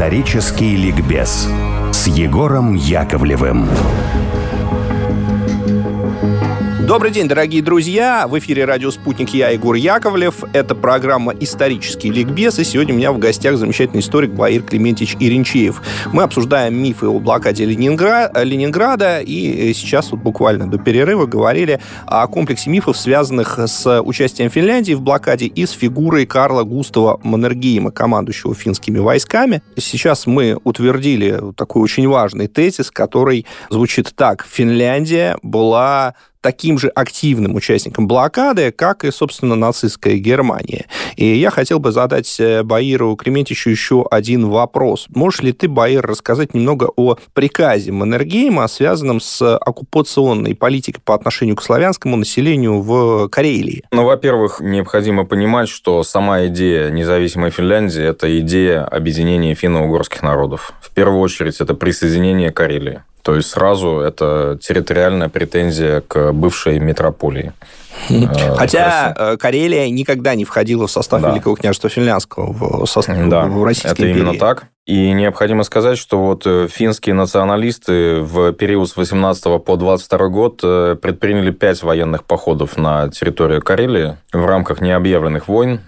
Исторический ликбез с Егором Яковлевым. Добрый день, дорогие друзья! В эфире радио «Спутник», я, Егор Яковлев. Это программа «Исторический ликбез», и сегодня у меня в гостях замечательный историк Баир Климентьевич Еренчеев. Мы обсуждаем мифы о блокаде Ленинграда, и сейчас вот буквально до перерыва говорили о комплексе мифов, связанных с участием Финляндии в блокаде и с фигурой Карла Густава Маннергейма, командующего финскими войсками. Сейчас мы утвердили такой очень важный тезис, который звучит так: Финляндия была таким же активным участником блокады, как и, собственно, нацистская Германия. И я хотел бы задать Баиру Климентьевичу еще один вопрос. Можешь ли ты, Баир, рассказать немного о приказе Маннергейма, связанном с оккупационной политикой по отношению к славянскому населению в Карелии? Ну, во-первых, необходимо понимать, что сама идея независимой Финляндии – это идея объединения финно-угорских народов. В первую очередь, это присоединение Карелии. То есть сразу это территориальная претензия к бывшей метрополии. Хотя Карелия никогда не входила в состав Великого княжества Финляндского, в Российской это империи. Именно так. И необходимо сказать, что вот финские националисты в период с 18 по 22 год предприняли 5 военных походов на территорию Карелии в рамках необъявленных войн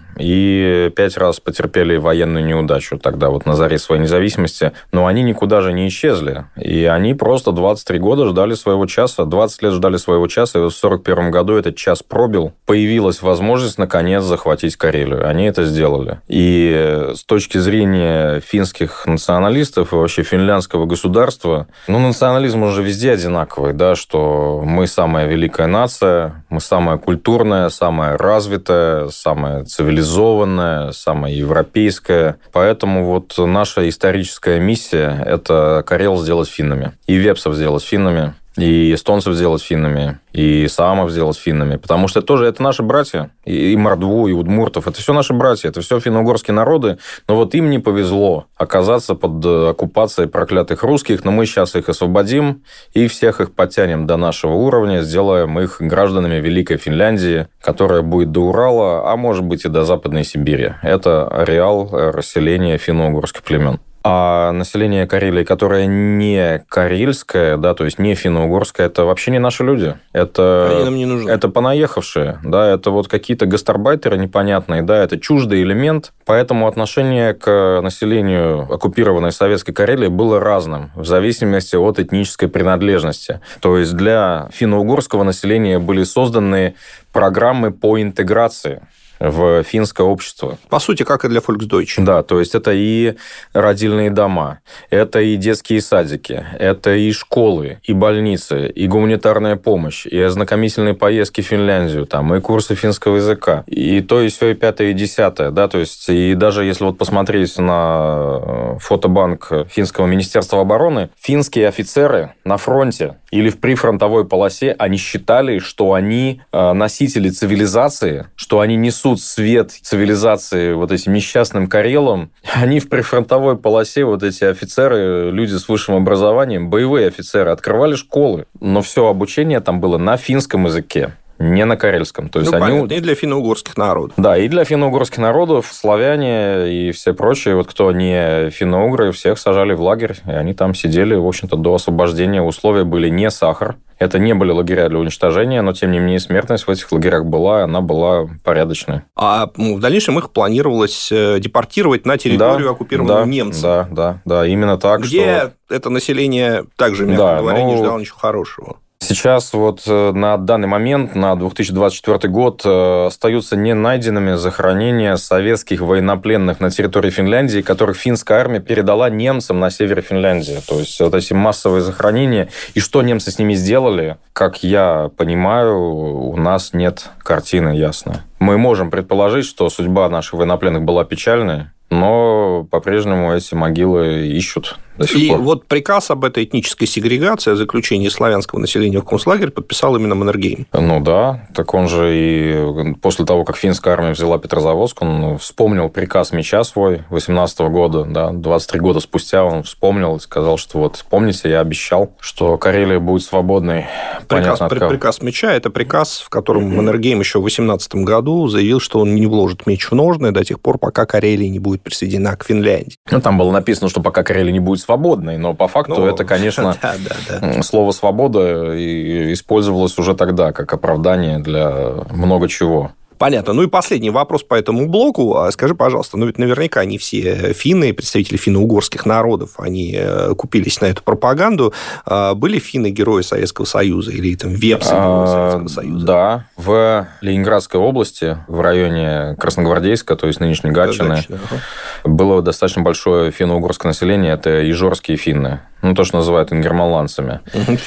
и 5 раз потерпели военную неудачу тогда вот на заре своей независимости. Но они никуда же не исчезли. И они просто 23 года ждали своего часа, 20 лет ждали своего часа, и в 1941 году этот час пробил. Появилась возможность, наконец, захватить Карелию. Они это сделали. И с точки зрения финских националистов и вообще финляндского государства, национализм уже везде одинаковый, да, что мы самая великая нация, мы самая культурная, самая развитая, самая цивилизованная, самая европейская. Поэтому вот наша историческая миссия – это Карел сделать финнами, и вепсов сделать финнами, и эстонцев сделать финнами, и саамов сделать финнами. Потому что это наши братья. И мордву, и удмуртов. Это все наши братья. Это все финно-угорские народы. Но вот им не повезло оказаться под оккупацией проклятых русских. Но мы сейчас их освободим и всех их подтянем до нашего уровня. Сделаем их гражданами Великой Финляндии, которая будет до Урала, а может быть и до Западной Сибири. Это ареал расселения финно-угорских племен. А население Карелии, которое не карельское, да, то есть не финно-угорское, это вообще не наши люди. Это, они нам не нужны. Это понаехавшие, да, это вот какие-то гастарбайтеры непонятные, да, это чуждый элемент. Поэтому отношение к населению оккупированной советской Карелии было разным в зависимости от этнической принадлежности. То есть для финно-угорского населения были созданы программы по интеграции в финское общество. По сути, как и для Volksdeutsche. Да, то есть это и родильные дома, это и детские садики, это и школы, и больницы, и гуманитарная помощь, и ознакомительные поездки в Финляндию, там, и курсы финского языка, и то, и все, и пятое, и десятое, да, то есть, и даже если вот посмотреть на фотобанк Финского министерства обороны, финские офицеры на фронте или в прифронтовой полосе, они считали, что они носители цивилизации, что они несут свет цивилизации вот этим несчастным карелам. Они в прифронтовой полосе, вот эти офицеры, люди с высшим образованием, боевые офицеры, открывали школы. Но все обучение там было на финском языке, не на карельском. То есть понятно, и для финно-угорских народов. Да, и для финно-угорских народов, славяне и все прочие, вот кто не финно-угры, всех сажали в лагерь, и они там сидели, в общем-то, до освобождения. Условия были не сахар. Это не были лагеря для уничтожения, но, тем не менее, смертность в этих лагерях была, она была порядочная. А в дальнейшем их планировалось депортировать на территорию, оккупированную немцами. Да, именно так. Где это население, также, мягко говоря, не ждало ничего хорошего. Сейчас вот на данный момент, на 2024 год, остаются не найденными захоронения советских военнопленных на территории Финляндии, которых финская армия передала немцам на севере Финляндии. То есть вот эти массовые захоронения. И что немцы с ними сделали, как я понимаю, у нас нет картины ясной. Мы можем предположить, что судьба наших военнопленных была печальной, но по-прежнему эти могилы ищут до сих пор. И вот приказ об этой этнической сегрегации, о заключении славянского населения в концлагерь подписал именно Маннергейм. Ну да, так он же и после того, как финская армия взяла Петрозаводск, он вспомнил приказ меча свой 18 года, да, 23 года спустя он вспомнил и сказал, что вот, помните, я обещал, что Карелия будет свободной. Приказ меча – это приказ, в котором Маннергейм еще в 18 году заявил, что он не вложит меч в ножны до тех пор, пока Карелия не будет присоединена к Финляндии. Ну, там было написано, что пока Карелия не будет свободной, но по факту это, конечно, слово «свобода» использовалось уже тогда как оправдание для много чего. Понятно. Ну и последний вопрос по этому блоку. Скажи, пожалуйста, ведь наверняка не все финны, представители финно-угорских народов, они купились на эту пропаганду. Были финны герои Советского Союза или там вепсы герои Советского Союза? Да. В Ленинградской области, в районе Красногвардейска, то есть нынешней Гатчины, было достаточно большое финно-угорское население. Это ижорские финны. Ну, то, что называют ингерманландцами.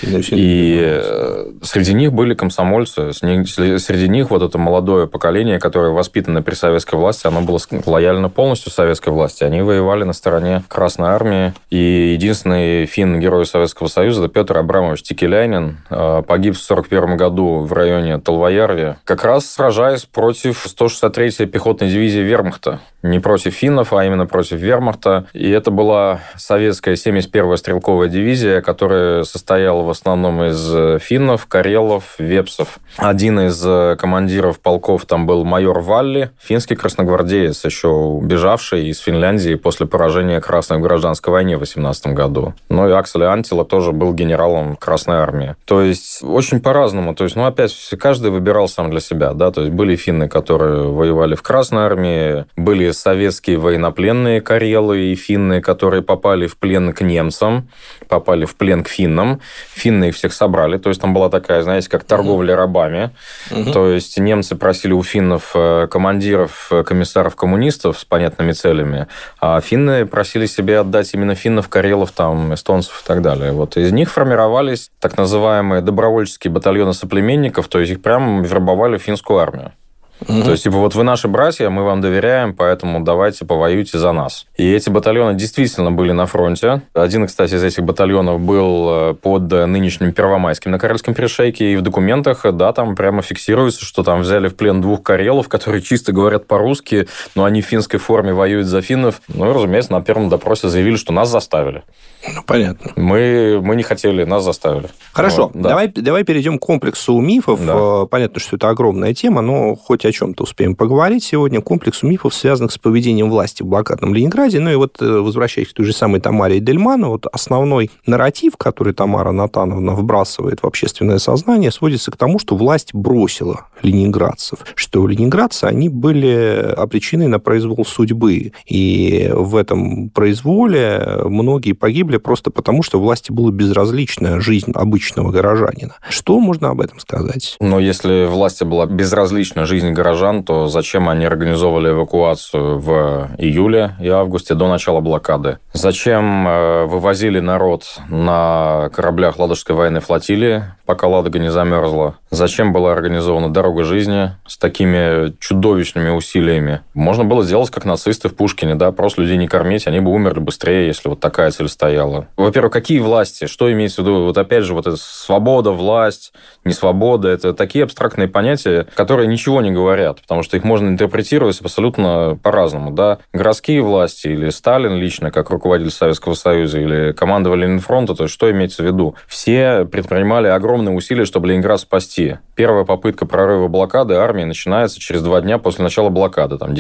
И среди них были комсомольцы. Среди них вот это молодое поколение, которое воспитано при советской власти, оно было лояльно полностью советской власти. Они воевали на стороне Красной Армии. И единственный финн-герой Советского Союза – это Петр Абрамович Тикеляйнен. Погиб в 1941 году в районе Талвоярви, как раз сражаясь против 163-й пехотной дивизии вермахта. Не против финнов, а именно против вермахта. И это была советская 71-я стрелковая дивизия, которая состояла в основном из финнов, карелов, вепсов. Один из командиров полков там был майор Валли, финский красногвардеец, еще бежавший из Финляндии после поражения Красной в гражданской войне в 18 году. Ну и Аксель Антила тоже был генералом Красной армии. То есть очень по-разному. То есть, опять, каждый выбирал сам для себя. Да? То есть были финны, которые воевали в Красной армии, были советские военнопленные карелы и финны, которые попали в плен к немцам, попали в плен к финнам. Финны их всех собрали. То есть там была такая, знаете, как торговля рабами. То есть немцы просили у финнов командиров, комиссаров-коммунистов с понятными целями, а финны просили себе отдать именно финнов, карелов, там, эстонцев и так далее. Вот из них формировались так называемые добровольческие батальоны соплеменников, то есть их прямо вербовали в финскую армию. То есть, вот вы наши братья, мы вам доверяем, поэтому давайте повоюйте за нас. И эти батальоны действительно были на фронте. Один, кстати, из этих батальонов был под нынешним Первомайским на Карельском перешейке, и в документах, да, там прямо фиксируется, что там взяли в плен 2 карелов, которые чисто говорят по-русски, но они в финской форме воюют за финнов. Ну и, разумеется, на первом допросе заявили, что нас заставили. Ну, понятно. Мы не хотели, нас заставили. Хорошо, вот, да. Давай перейдем к комплексу мифов. Да. Понятно, что это огромная тема, но хоть о чем-то успеем поговорить сегодня. Комплексу мифов, связанных с поведением власти в блокадном Ленинграде. Ну и вот, возвращаясь к той же самой Тамаре Эдельман, вот основной нарратив, который Тамара Натановна вбрасывает в общественное сознание, сводится к тому, что власть бросила ленинградцев, что ленинградцы, они были обречены на произвол судьбы. И в этом произволе многие погибли просто потому, что власти была безразлична жизнь обычного горожанина. Что можно об этом сказать? Но если власти была безразлична жизнь горожан, то зачем они организовывали эвакуацию в июле и августе до начала блокады? Зачем вывозили народ на кораблях Ладожской военной флотилии, пока Ладога не замерзла? Зачем была организована дорога жизни с такими чудовищными усилиями? Можно было сделать, как нацисты в Пушкине, да, просто людей не кормить, они бы умерли быстрее, если вот такая цель стояла. Во-первых, какие власти? Что имеется в виду? Вот опять же, вот это свобода, власть, не свобода, это такие абстрактные понятия, которые ничего не говорят, потому что их можно интерпретировать абсолютно по-разному, да. Городские власти или Сталин лично, как руководитель Советского Союза, или командование Ленинфронта, то есть что имеется в виду? Все предпринимали огромные усилия, чтобы Ленинград спасти. Первая попытка прорыва блокады армии начинается через 2 дня после начала блокады. Там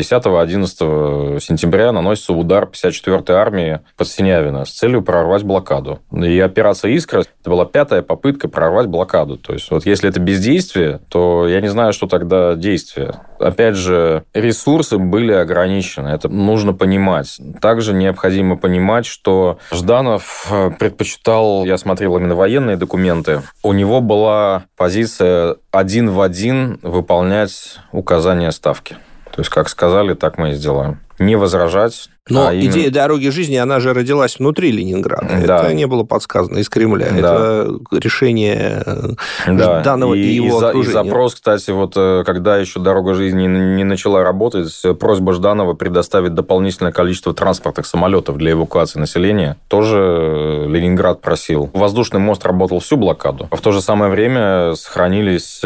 10-11 сентября наносится удар 54-й армии под Синявино с целью прорвать блокаду. И операция «Искра» – это была 5-я попытка прорвать блокаду. То есть, вот если это бездействие, то я не знаю, что тогда действие. Опять же, ресурсы были ограничены. Это нужно понимать. Также необходимо понимать, что Жданов предпочитал, я смотрел именно военные документы, у него была позиция один в один выполнять указания Ставки. То есть, как сказали, так мы и сделаем. Не возражать. Но идея дороги жизни, она же родилась внутри Ленинграда. Да. Это не было подсказано из Кремля. Да. Это решение Жданова и его окружения. И запрос, кстати, вот когда еще дорога жизни не начала работать, просьба Жданова предоставить дополнительное количество транспортных самолетов для эвакуации населения, тоже Ленинград просил. Воздушный мост работал всю блокаду. В то же самое время сохранились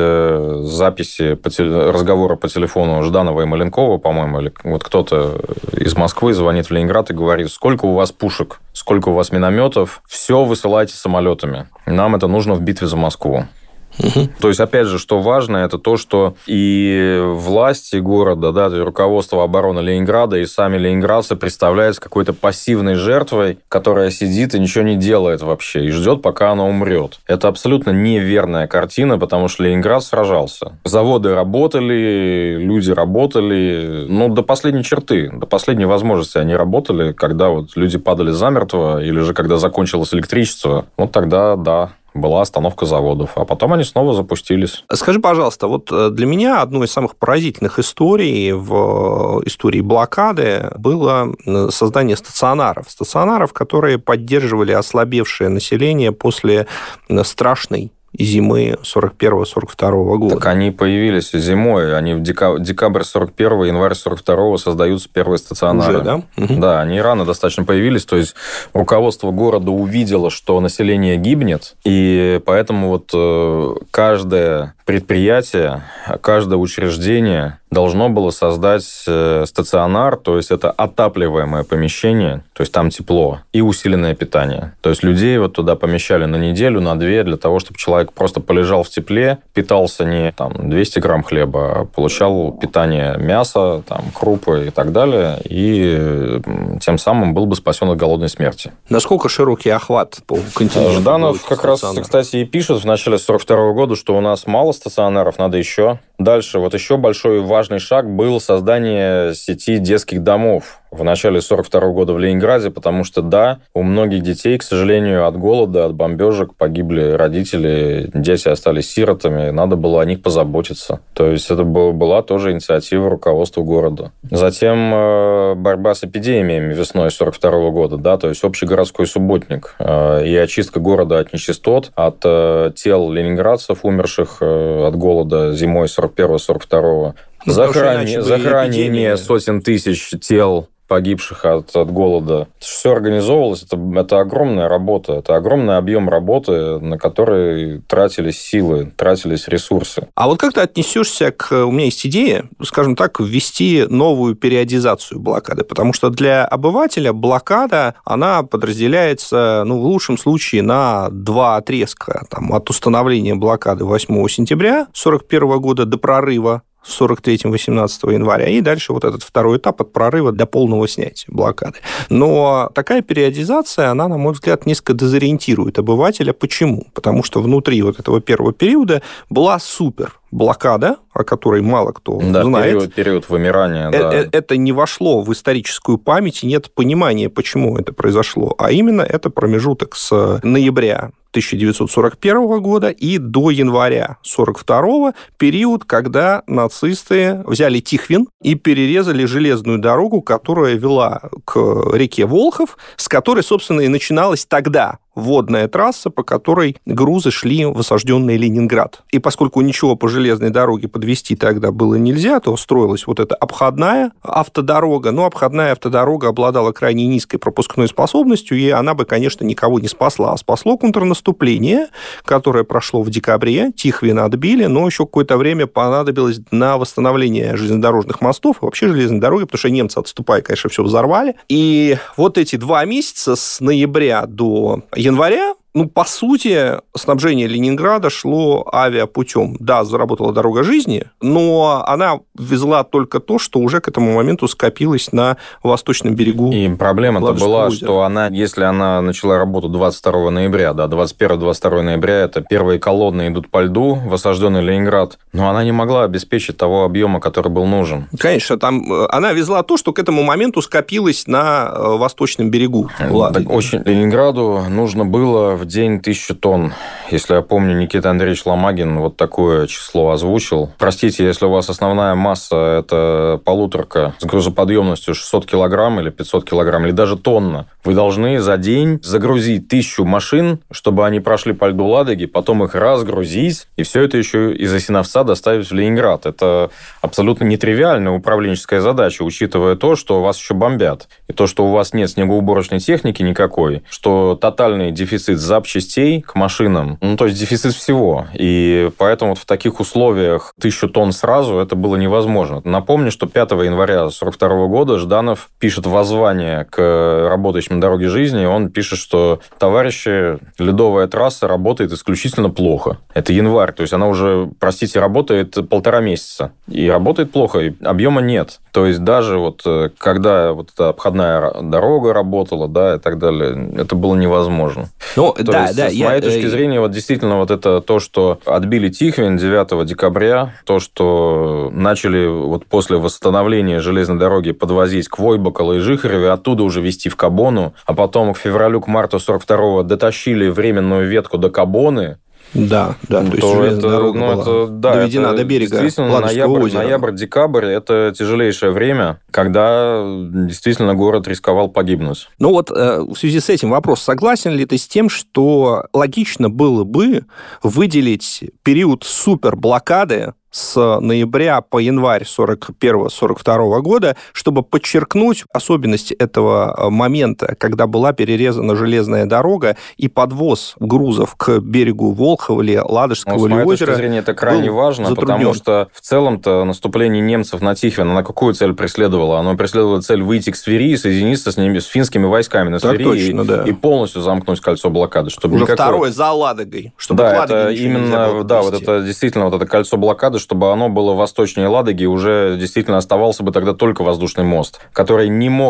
записи разговора по телефону Жданова и Маленкова, по-моему, или вот кто-то из Москвы звонит в Ленинград и говорит: сколько у вас пушек, сколько у вас минометов, все высылайте самолетами. Нам это нужно в битве за Москву. То есть, опять же, что важно, это то, что и власти города, да, и руководство обороны Ленинграда, и сами ленинградцы представляются какой-то пассивной жертвой, которая сидит и ничего не делает вообще, и ждет, пока она умрет. Это абсолютно неверная картина, потому что Ленинград сражался. Заводы работали, люди работали, до последней черты, до последней возможности они работали, когда вот люди падали замертво, или же когда закончилось электричество, вот тогда, да, была остановка заводов, а потом они снова запустились. Скажи, пожалуйста, вот для меня одной из самых поразительных историй в истории блокады было создание стационаров, которые поддерживали ослабевшее население после страшной зимы 41-42 года. Так они появились зимой, они в декабрь 41-го, январь 42-го создаются первые стационары. Уже, да? Да, они рано достаточно появились, то есть руководство города увидело, что население гибнет, и поэтому вот каждое предприятие, каждое учреждение должно было создать стационар, то есть это отапливаемое помещение, то есть там тепло, и усиленное питание. То есть людей вот туда помещали на неделю, на 2, для того, чтобы человек просто полежал в тепле, питался не 200 грамм хлеба, а получал питание мяса, крупы и так далее, и тем самым был бы спасен от голодной смерти. Насколько широкий охват по континенту? Жданов как раз, кстати, и пишет в начале 42 года, что у нас мало стационаров, надо еще. Дальше, вот еще большой важный шаг был создание сети детских домов в начале 1942 года в Ленинграде, потому что, да, у многих детей, к сожалению, от голода, от бомбежек погибли родители, дети остались сиротами, надо было о них позаботиться. То есть это была тоже инициатива руководства города. Затем борьба с эпидемиями весной 1942 года, да, то есть общегородской субботник и очистка города от нечистот, от тел ленинградцев, умерших от голода зимой 1941-1942. Захоронение сотен тысяч тел погибших от голода. Все организовывалось. Это огромная работа. Это огромный объем работы, на который тратились силы, тратились ресурсы. А вот как ты отнесешься У меня есть идея, скажем так, ввести новую периодизацию блокады? Потому что для обывателя блокада, она подразделяется, в лучшем случае, на 2 отрезка. От установления блокады 8 сентября 1941 года до прорыва с 43-18 января, и дальше вот этот второй этап от прорыва до полного снятия блокады. Но такая периодизация, она, на мой взгляд, несколько дезориентирует обывателя. Почему? Потому что внутри вот этого первого периода была супер блокада, о которой мало кто знает. Период вымирания. Да. Это не вошло в историческую память, нет понимания, почему это произошло. А именно это промежуток с ноября 1941 года и до января 1942 период, когда нацисты взяли Тихвин и перерезали железную дорогу, которая вела к реке Волхов, с которой, собственно, и начиналась тогда водная трасса, по которой грузы шли в осажденный Ленинград. И поскольку ничего по железной дороге подвезти тогда было нельзя, то строилась вот эта обходная автодорога. Но обходная автодорога обладала крайне низкой пропускной способностью, и она бы, конечно, никого не спасла. А спасло контрнаступление, которое прошло в декабре. Тихвин отбили, но еще какое-то время понадобилось на восстановление железнодорожных мостов и вообще железной дороги, потому что немцы, отступая, конечно, все взорвали. И вот эти 2 месяца с ноября до января, по сути, снабжение Ленинграда шло авиапутем. Да, заработала дорога жизни, но она везла только то, что уже к этому моменту скопилось на восточном берегу. И проблема-то была, что если она начала работу 22 ноября, 21-22 ноября, это первые колонны идут по льду в осажденный Ленинград, но она не могла обеспечить того объема, который был нужен. Конечно, она везла то, что к этому моменту скопилось на восточном берегу. Ленинграду нужно было в день 1000 тонн. Если я помню, Никита Андреевич Ломагин вот такое число озвучил. Простите, если у вас основная масса – это полуторка с грузоподъемностью 600 килограмм или 500 килограмм, или даже тонна, вы должны за день загрузить 1000 машин, чтобы они прошли по льду Ладоги, потом их разгрузить, и все это еще из Осиновца доставить в Ленинград. Это абсолютно нетривиальная управленческая задача, учитывая то, что вас еще бомбят, и то, что у вас нет снегоуборочной техники никакой, что тотальный дефицит запчастей к машинам, то есть дефицит всего. И поэтому вот в таких условиях 1000 тонн сразу это было невозможно. Напомню, что 5 января 1942 года Жданов пишет воззвание к работающим на дороге жизни. Он пишет, что, товарищи, ледовая трасса работает исключительно плохо. Это январь, то есть она уже, простите, работает 1,5 месяца. И работает плохо, и объема нет. То есть даже вот когда вот эта обходная дорога работала, да, и так далее, это было невозможно. Ну, то есть, с моей точки зрения, вот действительно вот это то, что отбили Тихвин 9 декабря, то, что начали вот после восстановления железной дороги подвозить к Войбоколу и Жихареве, оттуда уже везти в Кабону, а потом к февралю, к марту 42-го дотащили временную ветку до Кабоны. Да, то есть железная дорога была доведена до берега Ладожского озера. Ноябрь-декабрь – это тяжелейшее время, когда действительно город рисковал погибнуть. Ну вот в связи с этим вопрос, согласен ли ты с тем, что логично было бы выделить период суперблокады с ноября по январь 1941-1942 года, чтобы подчеркнуть особенности этого момента, когда была перерезана железная дорога и подвоз грузов к берегу Волхова или Ладожского озера. С моей точки зрения, это крайне важно, потому что в целом-то наступление немцев на Тихвин, на какую цель преследовало? Оно преследовало цель выйти к Свири и соединиться с финскими войсками на Свири и полностью замкнуть кольцо блокады. Чтобы уже второе за Ладогой. Чтобы это именно, вот это действительно вот это кольцо блокады, чтобы оно было восточнее Ладоги, уже действительно оставался бы тогда только воздушный мост, который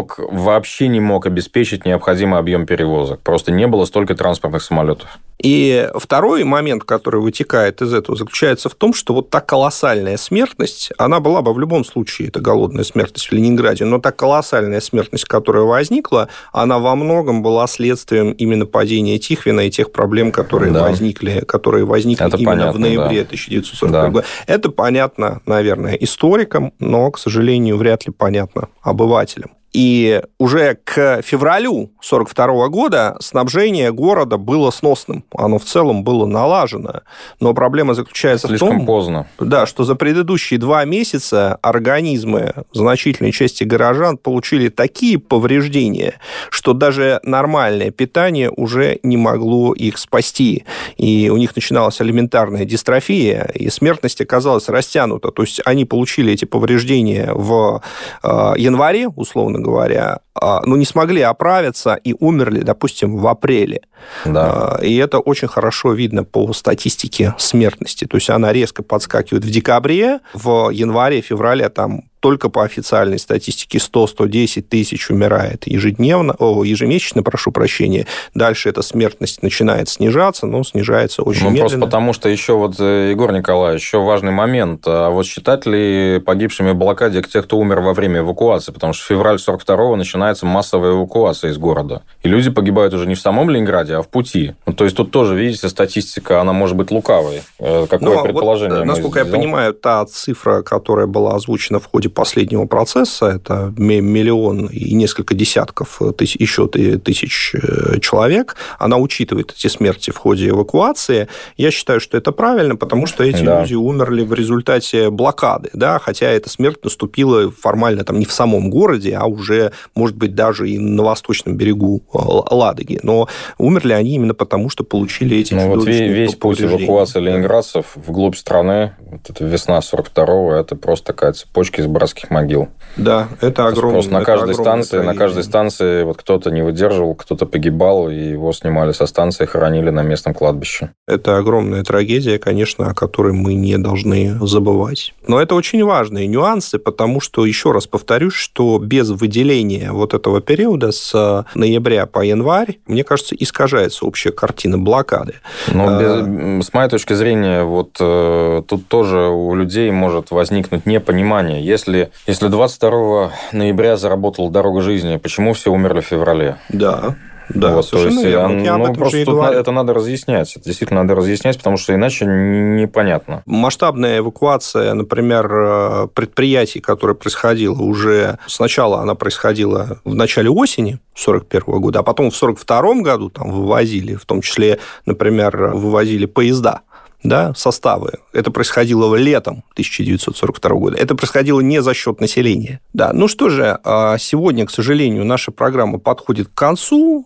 вообще не мог обеспечить необходимый объем перевозок. Просто не было столько транспортных самолетов. И второй момент, который вытекает из этого, заключается в том, что вот та колоссальная смертность, она была бы в любом случае, это голодная смертность в Ленинграде, но та колоссальная смертность, которая возникла, она во многом была следствием именно падения Тихвина и тех проблем, которые возникли это именно понятно, в ноябре 1942 года. Это понятно, наверное, историкам, но, к сожалению, вряд ли понятно обывателям. И уже к февралю 1942 года снабжение города было сносным. Оно в целом было налажено. Но проблема заключается в том, поздно. Да, что за предыдущие 2 месяца организмы значительной части горожан получили такие повреждения, что даже нормальное питание уже не могло их спасти. И у них начиналась элементарная дистрофия, и смертность оказалась растянута. То есть они получили эти повреждения в январе, условно говоря, но не смогли оправиться и умерли, допустим, в апреле. Да. И это очень хорошо видно по статистике смертности. То есть она резко подскакивает в декабре, в январе, феврале там только по официальной статистике 100-110 тысяч умирает ежемесячно, прошу прощения. Дальше эта смертность начинает снижаться, но снижается очень медленно. Просто потому что еще Егор Николаевич, еще важный момент. А вот считать ли погибшими в блокаде тех, кто умер во время эвакуации? Потому что февраль 42-го начинается массовая эвакуация из города. И люди погибают уже не в самом Ленинграде, а в пути. То есть тут тоже, видите, статистика, она может быть лукавой. Какое предположение? Насколько я понимаю, та цифра, которая была озвучена в ходе последнего процесса, это 1 миллион и несколько десятков еще тысяч человек, она учитывает эти смерти в ходе эвакуации. Я считаю, что это правильно, потому что эти люди умерли в результате блокады, да, хотя эта смерть наступила формально там не в самом городе, а уже, может быть, даже и на восточном берегу Ладоги. Но умерли они именно потому, что получили эти весь путь эвакуации ленинградцев вглубь страны, вот эта весна 42-го, это просто такая цепочка из братских могил. Да, это огромное. Просто на каждой станции вот кто-то не выдерживал, кто-то погибал, и его снимали со станции, хоронили на местном кладбище. Это огромная трагедия, конечно, о которой мы не должны забывать. Но это очень важные нюансы, потому что, еще раз повторюсь, что без выделения вот этого периода с ноября по январь, мне кажется, искажается общая картина блокады. Но с моей точки зрения, вот тут тоже у людей может возникнуть непонимание. Если 22 ноября заработала дорога жизни, почему все умерли в феврале? Да, совершенно верно. Просто тут это надо разъяснять. Это действительно надо разъяснять, потому что иначе непонятно. Масштабная эвакуация, например, предприятий, которая происходила уже... Сначала она происходила в начале осени 1941 года, а потом в 1942 году там вывозили, в том числе, например, вывозили поезда да, составы. Это происходило летом 1942 года. Это происходило не за счет населения. Да. Ну что же, сегодня, к сожалению, наша программа подходит к концу.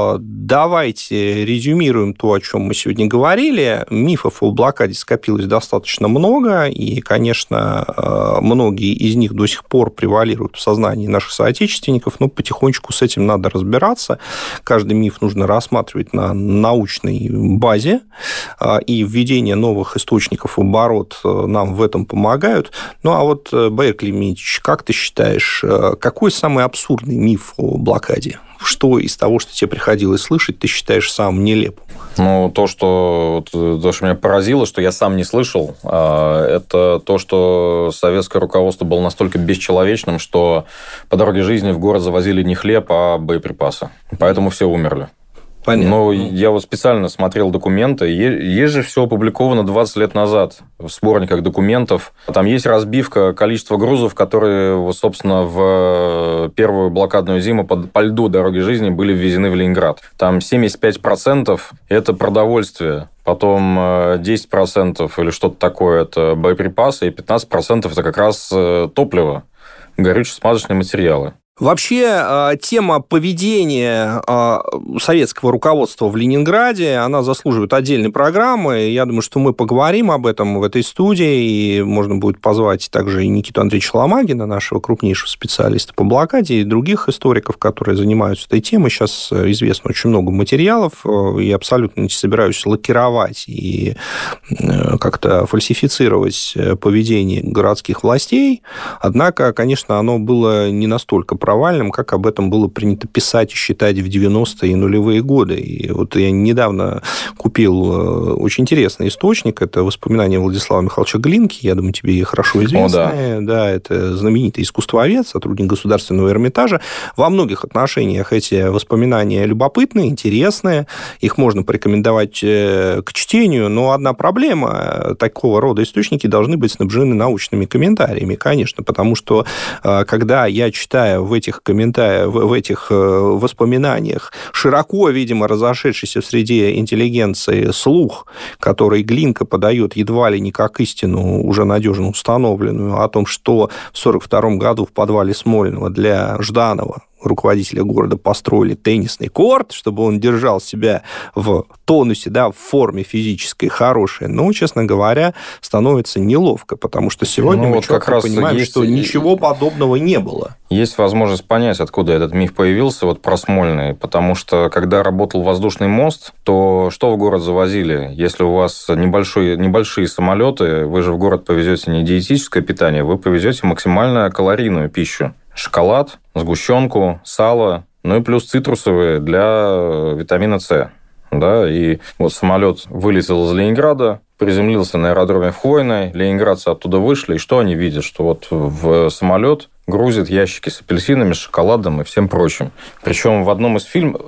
Давайте резюмируем то, о чем мы сегодня говорили. Мифов о блокаде скопилось достаточно много, и, конечно, многие из них до сих пор превалируют в сознании наших соотечественников, но потихонечку с этим надо разбираться. Каждый миф нужно рассматривать на научной базе, и введение новых источников в оборот нам в этом помогают. Ну, а вот, Баир Климентьевич, как ты считаешь, какой самый абсурдный миф о блокаде? Что из того, что тебе приходилось слышать, ты считаешь самым нелепым? Ну, то, что меня поразило, что я сам не слышал, это то, что советское руководство было настолько бесчеловечным, что по дороге жизни в город завозили не хлеб, а боеприпасы. Поэтому все умерли. Понятно. Но я вот специально смотрел документы. Есть же все опубликовано 20 лет назад в сборниках документов. Там есть разбивка количества грузов, которые, собственно, в первую блокадную зиму по льду дороги жизни были ввезены в Ленинград. Там 75% – это продовольствие. Потом 10% или что-то такое – это боеприпасы, и 15% – это как раз топливо, горюче-смазочные материалы. Вообще, тема поведения советского руководства в Ленинграде, она заслуживает отдельной программы. Я думаю, что мы поговорим об этом в этой студии, и можно будет позвать также и Никиту Андреевича Ломагина, нашего крупнейшего специалиста по блокаде, и других историков, которые занимаются этой темой. Сейчас известно очень много материалов, и абсолютно не собираюсь лакировать и как-то фальсифицировать поведение городских властей. Однако, конечно, оно было не настолько провальным, как об этом было принято писать и считать в 90-е и нулевые годы. И вот я недавно купил очень интересный источник. Это воспоминания Владислава Михайловича Глинки. Я думаю, тебе хорошо известны. Да, это знаменитый искусствовед, сотрудник Государственного Эрмитажа. Во многих отношениях эти воспоминания любопытные, интересные. Их можно порекомендовать к чтению, но одна проблема. Такого рода источники должны быть снабжены научными комментариями, конечно, потому что, когда я читаю в этих комментариях, в этих воспоминаниях широко, видимо, разошедшийся в среде интеллигенции слух, который Глинка подает едва ли не как истину, уже надежно установленную, о том, что в 1942 году в подвале Смольного для Жданова, руководителя города, построили теннисный корт, чтобы он держал себя в тонусе, да, в форме физической хорошей. Но, честно говоря, становится неловко, потому что сегодня мы четко понимаем, что ничего подобного не было. Есть возможность понять, откуда этот миф появился, вот про Смольный, потому что, когда работал воздушный мост, то что в город завозили? Если у вас небольшие самолеты, вы же в город повезете не диетическое питание, вы повезете максимально калорийную пищу. Шоколад, сгущенку, сало, ну и плюс цитрусовые для витамина С. Да? И вот самолет вылетел из Ленинграда, приземлился на аэродроме в Хвойной, ленинградцы оттуда вышли, и что они видят? Что вот в самолет грузят ящики с апельсинами, с шоколадом и всем прочим. Причем в одном из фильмов,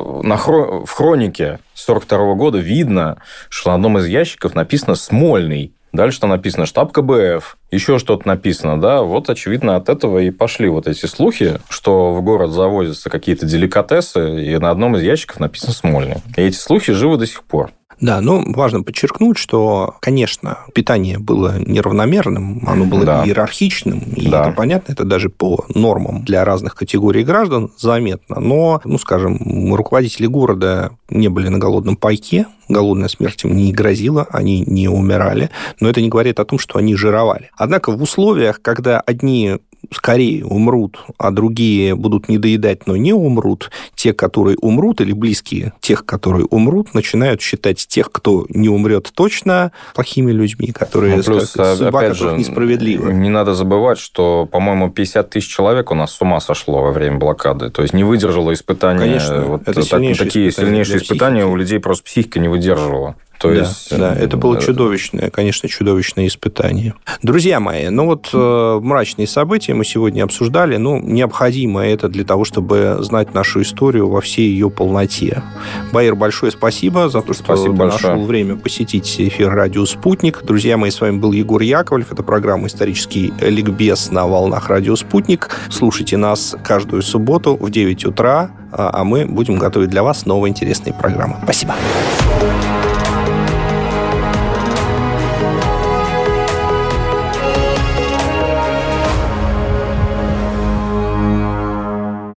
в хронике 1942 года видно, что на одном из ящиков написано «Смольный». Дальше там написано «Штаб КБФ», еще что-то написано, да, вот, очевидно, от этого и пошли вот эти слухи, что в город завозятся какие-то деликатесы, и на одном из ящиков написано «Смольный». И эти слухи живы до сих пор. Да, но важно подчеркнуть, что, конечно, питание было неравномерным, оно было иерархичным, и это понятно, это даже по нормам для разных категорий граждан заметно, но, скажем, руководители города не были на голодном пайке, голодная смерть им не грозила, они не умирали, но это не говорит о том, что они жировали. Однако в условиях, когда одни скорее умрут, а другие будут недоедать, но не умрут, те, которые умрут, или близкие тех, которые умрут, начинают считать тех, кто не умрет точно, плохими людьми, которые, судьба которых несправедлива. Не надо забывать, что, по-моему, 50 тысяч человек у нас с ума сошло во время блокады. То есть не выдержало испытания. Конечно, вот это такие сильнейшие испытания у людей просто психика не выдерживала. Да, это было чудовищное, конечно, чудовищное испытание. Друзья мои, мрачные события мы сегодня обсуждали, необходимо это для того, чтобы знать нашу историю во всей ее полноте. Баир, большое спасибо за то, что нашел время посетить эфир «Радио Спутник». Друзья мои, с вами был Егор Яковлев. Это программа «Исторический ликбез» на волнах «Радио Спутник». Слушайте нас каждую субботу в 9 утра, а мы будем готовить для вас новые интересные программы. Спасибо.